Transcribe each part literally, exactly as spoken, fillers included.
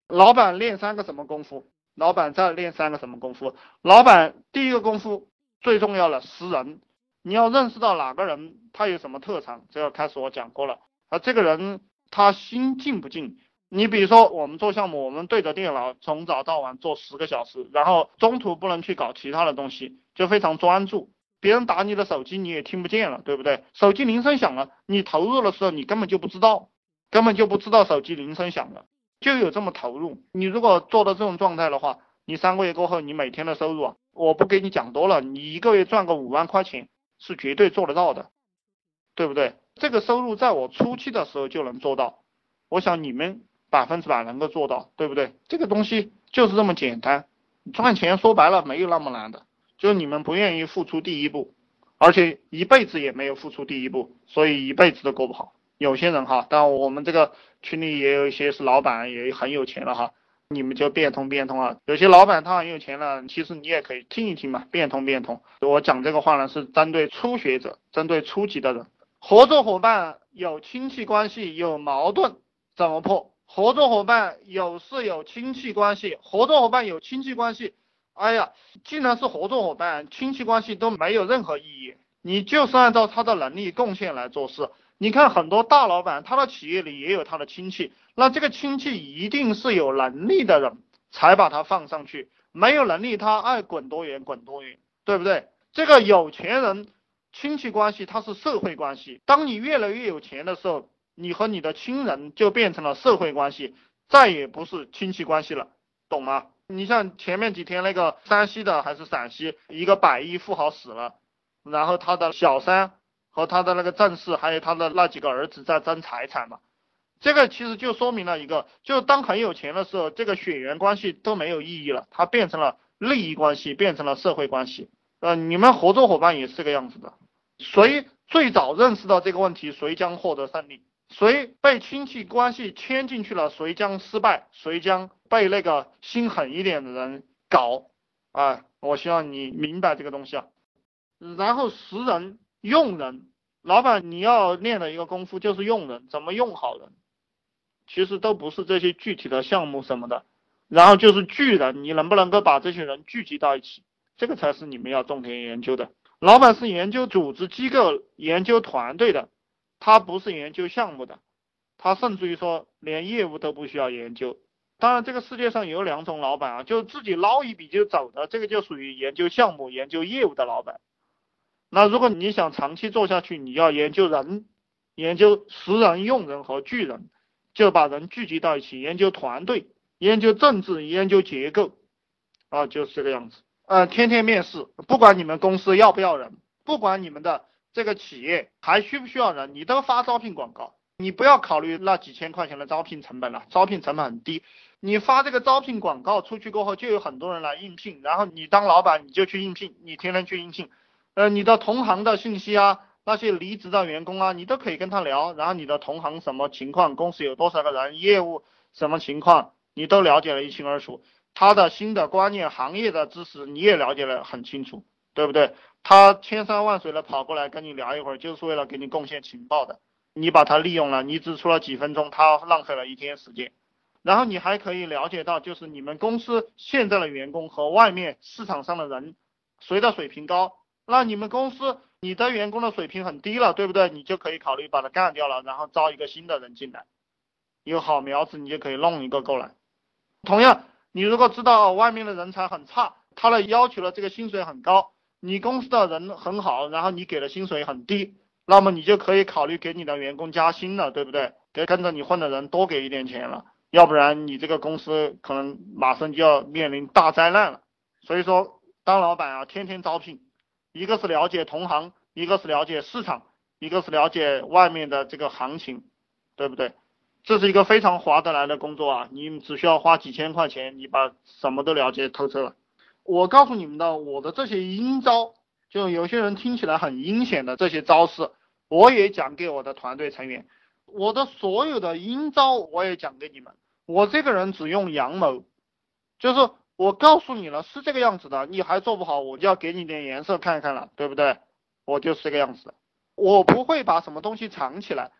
老板练三个什么功夫？老板再练三个什么功夫？老板第一个功夫最重要的识人，你要认识到哪个人他有什么特长，这个开始我讲过了。而这个人他心静不静？你比如说我们做项目，我们对着电脑从早到晚做十个小时，然后中途不能去搞其他的东西，就非常专注。别人打你的手机你也听不见了，对不对？手机铃声响了，你投入的时候你根本就不知道，根本就不知道手机铃声响了，就有这么投入。你如果做到这种状态的话，你三个月过后，你每天的收入啊，我不给你讲多了，你一个月赚个五万块钱是绝对做得到的，对不对？这个收入在我初期的时候就能做到，我想你们百分之百能够做到，对不对？这个东西就是这么简单，赚钱说白了没有那么难的，就是你们不愿意付出第一步，而且一辈子也没有付出第一步，所以一辈子都过不好。有些人哈，当然我们这个群里也有一些是老板，也很有钱了哈，你们就变通变通啊。有些老板他很有钱了，其实你也可以听一听嘛，变通变通。我讲这个话呢，是针对初学者，针对初级的人。合作伙伴有亲戚关系，有矛盾怎么破？合作伙伴有是有亲戚关系，合作伙伴有亲戚关系，哎呀，既然是合作伙伴，亲戚关系都没有任何意义，你就是按照他的能力贡献来做事。你看很多大老板，他的企业里也有他的亲戚，那这个亲戚一定是有能力的人才把他放上去，没有能力他爱滚多远滚多远，对不对？这个有钱人亲戚关系它是社会关系，当你越来越有钱的时候，你和你的亲人就变成了社会关系，再也不是亲戚关系了，懂吗？你像前面几天那个山西的还是陕西一个百亿富豪死了，然后他的小三和他的那个正室还有他的那几个儿子在争财产嘛，这个其实就说明了一个，就当很有钱的时候，这个血缘关系都没有意义了，它变成了利益关系，变成了社会关系。呃，你们合作伙伴也是这个样子的，谁最早认识到这个问题，谁将获得胜利。谁被亲戚关系牵进去了，谁将失败，谁将被那个心狠一点的人搞。啊，我希望你明白这个东西啊。然后识人用人，老板你要练的一个功夫就是用人，怎么用好人，其实都不是这些具体的项目什么的，然后就是聚人，你能不能够把这些人聚集到一起，这个才是你们要重点研究的。老板是研究组织机构、研究团队的，他不是研究项目的，他甚至于说连业务都不需要研究。当然这个世界上有两种老板啊，就自己捞一笔就走的，这个就属于研究项目、研究业务的老板。那如果你想长期做下去，你要研究人，研究识人、用人和聚人，就把人聚集到一起，研究团队，研究政治，研究结构，啊，就是这个样子。呃，天天面试，不管你们公司要不要人，不管你们的这个企业还需不需要人，你都发招聘广告。你不要考虑那几千块钱的招聘成本了，招聘成本很低。你发这个招聘广告出去过后，就有很多人来应聘，然后你当老板你就去应聘，你天天去应聘。呃，你的同行的信息啊，那些离职的员工啊，你都可以跟他聊，然后你的同行什么情况，公司有多少个人，业务什么情况，你都了解了一清二楚。他的新的观念、行业的知识你也了解了很清楚，对不对？他千山万水的跑过来跟你聊一会儿，就是为了给你贡献情报的。你把他利用了，你只出了几分钟，他浪费了一天时间。然后你还可以了解到，就是你们公司现在的员工和外面市场上的人谁的水平高。那你们公司你的员工的水平很低了，对不对？你就可以考虑把他干掉了，然后招一个新的人进来。有好苗子，你就可以弄一个过来。同样，你如果知道外面的人才很差，他的要求的这个薪水很高，你公司的人很好，然后你给的薪水很低，那么你就可以考虑给你的员工加薪了，对不对？给跟着你混的人多给一点钱了，要不然你这个公司可能马上就要面临大灾难了。所以说，当老板啊，天天招聘，一个是了解同行，一个是了解市场，一个是了解外面的这个行情，对不对？这是一个非常划得来的工作啊，你只需要花几千块钱，你把什么都了解透彻了。我告诉你们的，我的这些阴招，就有些人听起来很阴险的这些招式，我也讲给我的团队成员。我的所有的阴招我也讲给你们。我这个人只用阳谋，就是我告诉你了是这个样子的，你还做不好，我就要给你点颜色看看了，对不对？我就是这个样子的，我不会把什么东西藏起来。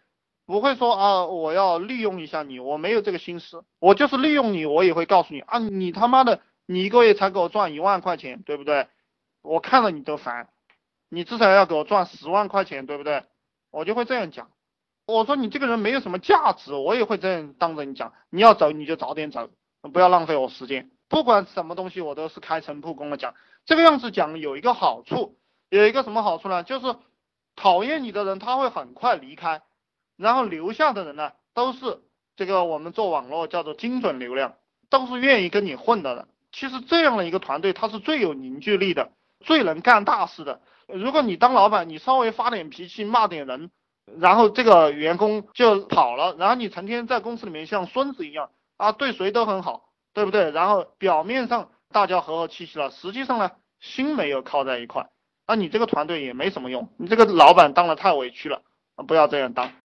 不会说啊我要利用一下你，我没有这个心思，我就是利用你，我也会告诉你啊，你他妈的你一个月才给我赚一万块钱，对不对？我看了你都烦，你至少要给我赚十万块钱，对不对？我就会这样讲。我说你这个人没有什么价值，我也会这样当着你讲。你要走你就早点走，不要浪费我时间。不管什么东西我都是开诚布公的讲。这个样子讲有一个好处，有一个什么好处呢？就是讨厌你的人他会很快离开，然后留下的人呢都是这个我们做网络叫做精准流量，都是愿意跟你混的人。其实这样的一个团队它是最有凝聚力的，最能干大事的。如果你当老板，你稍微发点脾气骂点人，然后这个员工就跑了，然后你成天在公司里面像孙子一样啊，对谁都很好，对不对？然后表面上大家和和气气了，实际上呢心没有靠在一块，那你这个团队也没什么用，你这个老板当了太委屈了，不要这样当。